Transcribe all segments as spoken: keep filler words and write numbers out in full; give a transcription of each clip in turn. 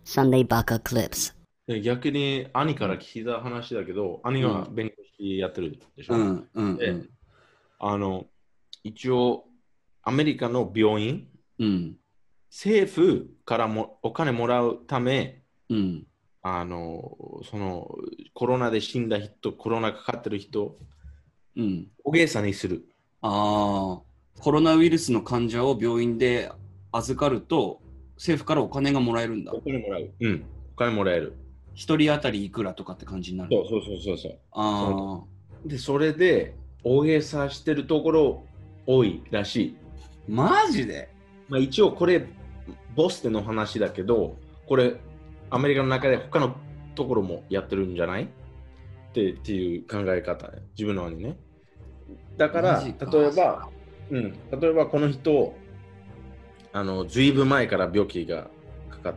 Sunday Baka Clips. で逆に兄から聞いた話だけど、兄が弁護士やってるでしょ。 うんうんうでんあの一応、アメリカの病院、 うん政府からもお金もらうため、 うんあのそのコロナで死んだ人、コロナかかってる人、 うん大げさにする。 ああ、コロナウイルスの患者を病院で預かると政府からお金がもらえるんだ。 お金もらう。うん、お金もらえる。 一人当たりいくらとかって感じになる。 そうそうそうそうそう。 あで、それで大げさしてるところ多いらしい。 あ、マジでまあ、一応これ、ボストンの話だけど、これ、アメリカの中で他のところもやってるんじゃないってっていう考え方、自分の兄ね。だから、 マジか例えば、うん、例えばこの人、あの、ずいぶん前から病気がかかって、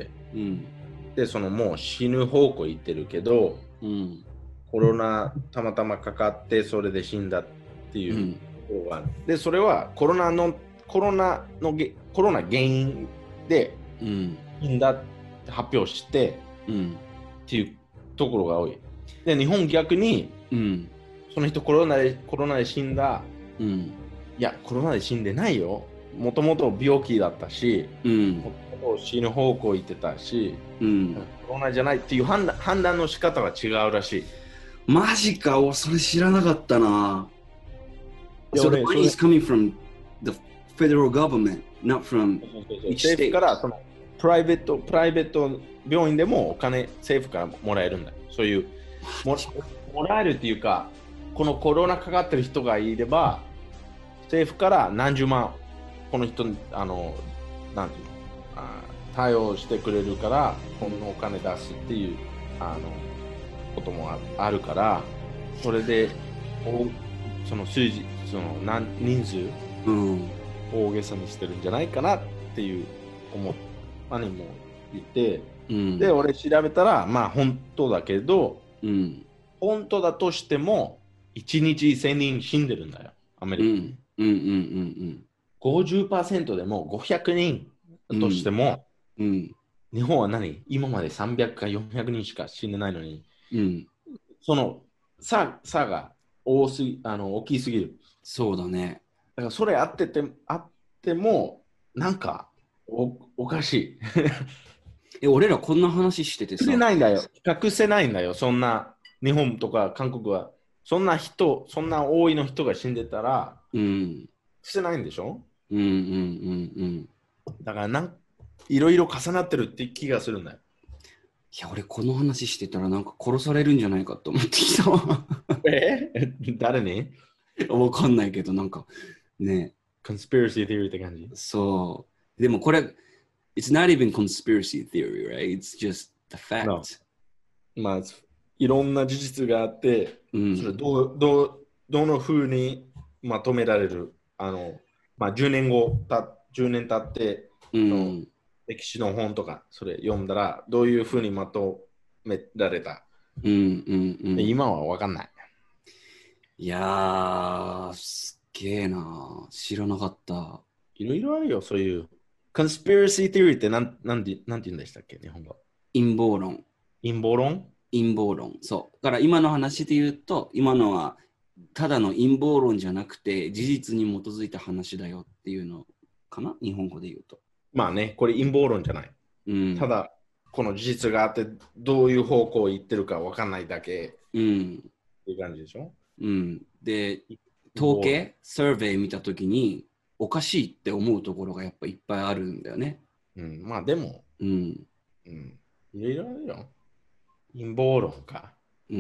うんで、そのもう死ぬ方向行ってるけど、 うんコロナたまたまかかって、それで死んだってういうんところがある。で、それはコロナの、コロナのげ、コロナ原因でうん死んだって発表してうんっていうところが多い。で、日本逆に、 うんその人コロナで、コロナで死んだ。 うんいや、コロナで死んでないよ。もともと病気だったし、 うんもともと死ぬ方向行ってたし、 うんコロナじゃないっていう判断、判断の仕方は違うらしい。 マジか、俺それ知らなかったな。 いや So the 俺 money is coming from the federal government, not from 一政府からそのプライベート、プライベート病院でもお金政府からもらえるんだよ。そういうも、もらえるっていうか、このコロナかかってる人がいれば、政府から何十万、この人に、あの、なんていうの、あ対応してくれるから、このお金出すっていう、あの、こともああるから、それで、おその数字、その何人数、 うん大げさにしてるんじゃないかなっていう思う兄もいて、 うんで俺調べたらまあ本当だけど、 うん本当だとしてもいちにちせんにん死んでるんだよアメリカ、 うんうんうんうんごじゅっパーセントでもごひゃくにんとしても、 うんうん日本は何今までさんびゃくかよんひゃくにんしか死んでないのに、 うんその差差が多すぎあの大きすぎる。 そうだね。 だからそれあっててあってもなんか お, おかしい。 え、俺らこんな話しててさ。 隠せないんだよ。隠せないんだよ。そんな日本とか韓国はそんな人、そんな多いの人が死んでたらうん隠せないんでしょ。 うんうんうんうん。 だからなんいろいろ重なってるって気がするんだよ。 いや、俺この話してたらなんか殺されるんじゃないかと思ってきたわ。 え誰にわかんないけど、なんかね。 Conspiracy theory って感じ。 そう。でもこれ、It's not even conspiracy theory, right? It's just the fact. No. まあ、いろんな事実があって、 うん、 それどうどうどの風にまとめられるあの、まあ、じゅうねんごたじゅうねん経ってうんの歴史の本とかそれ読んだらどういう風にまとめられた、 うんうんうん、 今は分かんない。 いやー、すっげえな。知らなかった。 いろいろあるよ、そういう。Conspiracy theory ってなんなんてなんて言うんでしたっけ、日本語。 陰謀論。 陰謀論陰謀論。そう。だから今の話で言うと、今のはただの陰謀論じゃなくて、事実に基づいた話だよっていうのかな、日本語で言うと。 まあね、これ陰謀論じゃない。 うん、 ただ、この事実があって、どういう方向を行ってるか分かんないだけうんっていう感じでしょ。 うん、で、統計、サーベイ見たときに、おかしいって思うところがやっぱいっぱいあるんだよね。 うん、まあでも、 うん、 うん、いろいろあるよ。陰謀論か。 うん、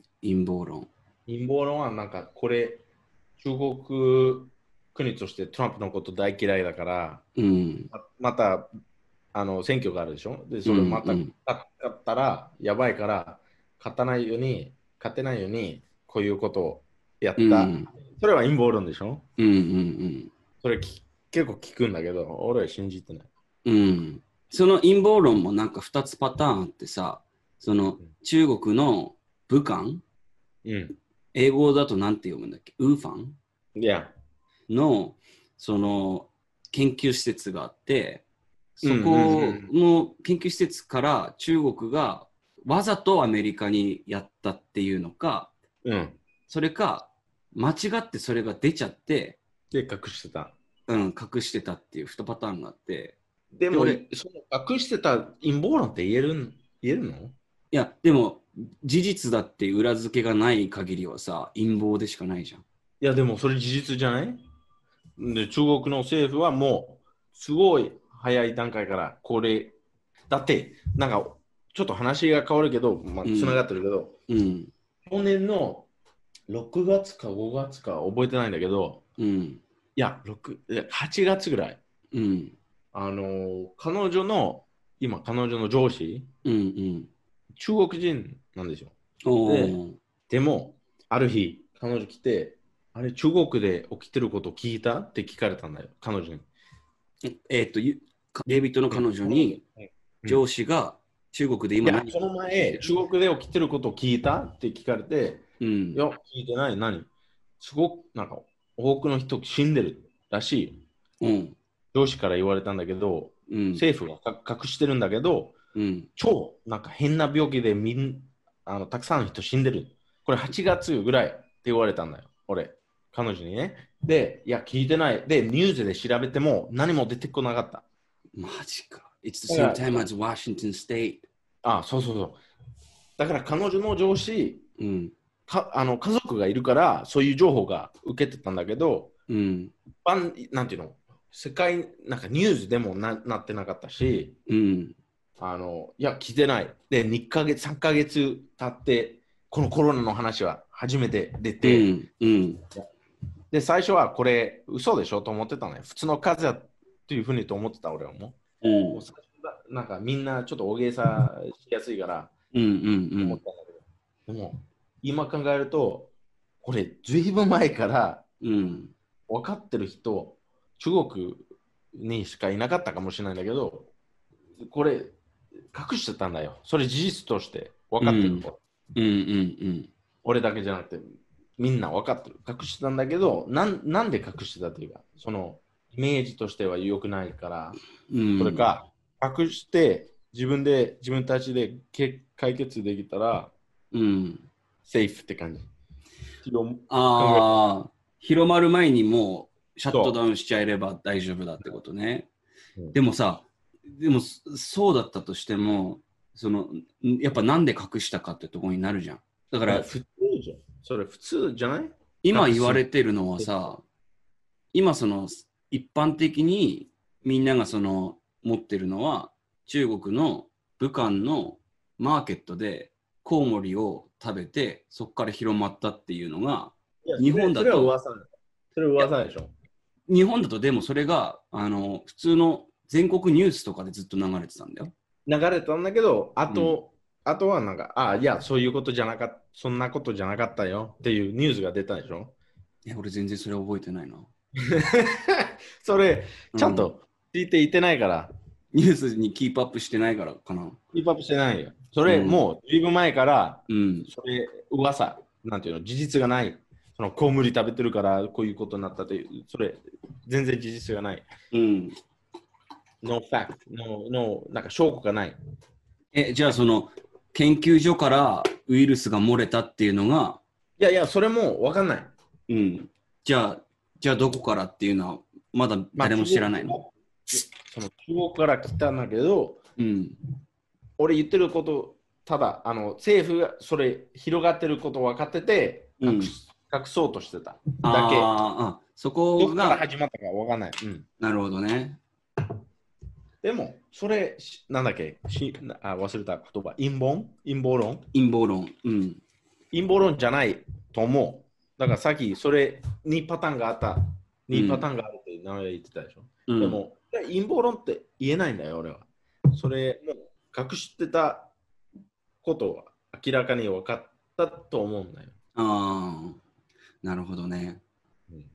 陰謀論。 陰謀論はなんかこれ、中国国としてトランプのこと大嫌いだから、 うん、 ままたあの選挙があるでしょ。で、それまたうんうん勝ったらやばいから、勝たないように、勝てないように、こういうことをやった。 うんそれは陰謀論でしょ。 うんうんそれき結構聞くんだけど、俺は信じてない。 うんうんその陰謀論もなんかふたつパターンあってさ、その中国の武漢、 うん。 英語だとなんて読むんだっけ、ウーファンいや、 のその研究施設があって、 そこの研究施設から中国がわざとアメリカにやったっていうのか、 うん。 それか間違ってそれが出ちゃって、 で、隠してた。 うん、隠してたっていうにパターンがあって。 でも、 俺その隠してた陰謀論って言えるん言えるの？ いや、でも事実だって裏付けがない限りはさ、陰謀でしかないじゃん。 いや、でもそれ事実じゃない？で、中国の政府はもう、すごい早い段階からこれ、だって、なんか、ちょっと話が変わるけど、まあ、つながってるけど、 うん。 去年のろくがつかごがつか覚えてないんだけど、 うん。 いや、ろくいやはちがつぐらい、 うん。 あのー彼女の、今、彼女の上司、 うん。うん。 中国人なんですよ。 おで、 ーでも、ある日、彼女来て、あれ、中国で起きてること聞いたって聞かれたんだよ、彼女に。 えーっと、ゆデイビッドの彼女に上司が中国でいや、 今何その前、中国で起きてることを聞いたって聞かれて、 うん。 いや、聞いてない、何すごく、なんか、多くの人死んでるらしい。 うん。 上司から言われたんだけど、 うん。 政府がか隠してるんだけど、 うん。 超、なんか変な病気でみんあのたくさんの人死んでる。これはちがつぐらいって言われたんだよ、俺、彼女にね。で、いや、聞いてない。で、ニュースで調べても何も出てこなかった。 マジか。It's the same time as Washington State. あ、そうそうそう。だから彼女の上司、 うん。 かあの家族がいるからそういう情報が受けてたんだけど、 うん。 一般なんていうの、世界なんかニュースでも な, なってなかったし、 うん。 あのいや聞いてない。でにかげつさんかげつ経ってこのコロナの話は初めて出うて、 ん。うん。 で最初はこれ嘘でしょと思ってたのよ。普通の風邪っていうふうにと思ってた俺はもう。 うん。 もう最初だなんかみんなちょっと大げさしやすいからうん。うん。 思ったんだけど、でも今考えるとこれずいぶん前からうん。 分かってる人、中国にしかいなかったかもしれないんだけど、これ隠してたんだよ。それ事実として分かってる。 うん。うん。うん。 俺だけじゃなくて、みんな分かってる。隠してたんだけど、なんなんで隠してたというか、そのイメージとしては良くないから、 うん。 それか、隠して自分で、自分たちでけ解決できたら、 うん。 セーフって感じ。 ああ、広まる前にもうシャットダウンしちゃえれば大丈夫だってことね。 うん、 でもさ、でもそうだったとしても、そのやっぱなんで隠したかってところになるじゃん。だから普通じゃん。それ普通じゃない？ 今言われてるのはさ、今その一般的にみんながその持ってるのは中国の武漢のマーケットでコウモリを食べてそこから広まったっていうのが日本だと、 それは噂それは噂でしょ。 日本だとでもそれがあの普通の全国ニュースとかでずっと流れてたんだよ。 流れたんだけど、あと、うん、あとはなんか、あ、いや、そういうことじゃなかった、そんなことじゃなかったよっていうニュースが出たでしょ。 いや、俺全然それ覚えてないな。 それ、ちゃんと聞いていてないから、 うん、ニュースにキープアップしてないからかな。 キープアップしてないよ。それ、うん、もう、ずいぶん前から、 うん、 それ、噂、なんていうの、事実がない。そのコウモリ食べてるからこういうことになったという、それ、全然事実がない。 うん。 No fact, no, no, なんか証拠がない。 え、じゃあその研究所からウイルスが漏れたっていうのが、 いやいや、それもわかんない。 うん。じゃあ、じゃあどこからっていうのはまだ誰も知らないの？まあ、 その中国から来たんだけど、 うん、 俺言ってること、ただあの政府がそれ広がってることを分かってて、隠、うん、隠そうとしてただけ。 ああ、そこが。 どこから始まったか分かんない。うん、 なるほどね。 でも、それ、なんだっけしあ忘れた言葉。陰謀陰謀論陰謀論。うん。 陰謀論じゃないと思う。だからさっき、それにパターンがあった。にパターンがあるって名前言ってたでしょ。うん、でも、陰謀論って言えないんだよ、俺は。それ、もう隠してたことは明らかに分かったと思うんだよ。 ああ、なるほどね。うん、いや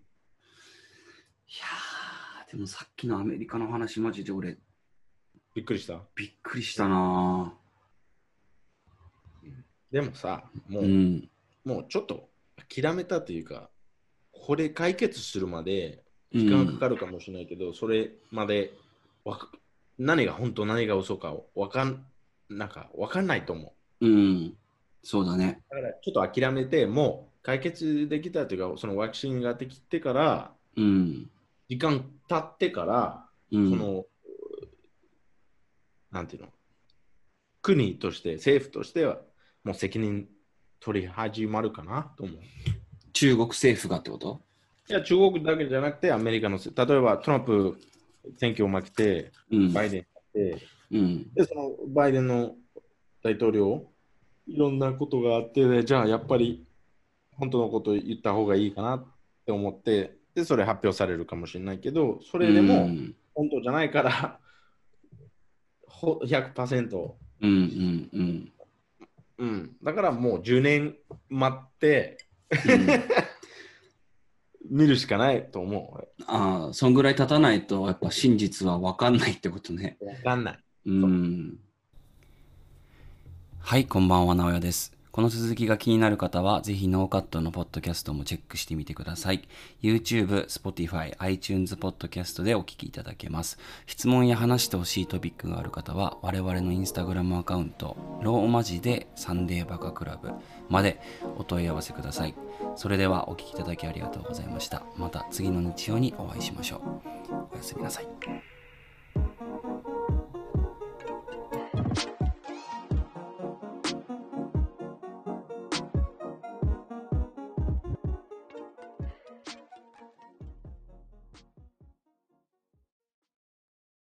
ー、でもさっきのアメリカの話、マジで俺、 びっくりしたびっくりしたな。 でもさ、もう、うん、もうちょっと諦めたというか、これ解決するまで時間がかかるかもしれないけど、うん、それまでわ何が本当何が嘘かをわかん、なんかわかんないと思う。 うん。そうだね。 だからちょっと諦めて、もう解決できたというか、そのワクチンができてから、 うん。 時間経ってから、 うん。 その、なんていうの、国として、政府としては、もう責任取り始まるかなと思う。 中国政府がってこと？ いや、中国だけじゃなくて、アメリカのせ、例えばトランプ選挙を負けて、 うん。 バイデンになって、 うん。 で、そのバイデンの大統領、いろんなことがあって、じゃあやっぱり本当のことを言った方がいいかなって思って、で、それ発表されるかもしれないけど、そうれでもん。 本当じゃないから、ほひゃくパーセント、 うん。うん。うん。 うん、だからもうじゅうねん待ってうん。 見るしかないと思う。 ああ、そんぐらい経たないと、やっぱ真実は分かんないってことね。 わかんない。 うん。はい、こんばんは、直哉です。この続きが気になる方は、ぜひノーカットのポッドキャストもチェックしてみてください。YouTube、Spotify、iTunes ポッドキャストでお聞きいただけます。質問や話してほしいトピックがある方は、我々のインスタグラムアカウント、ローマ字でサンデーバカクラブまでお問い合わせください。それではお聞きいただきありがとうございました。また次の日曜にお会いしましょう。おやすみなさい。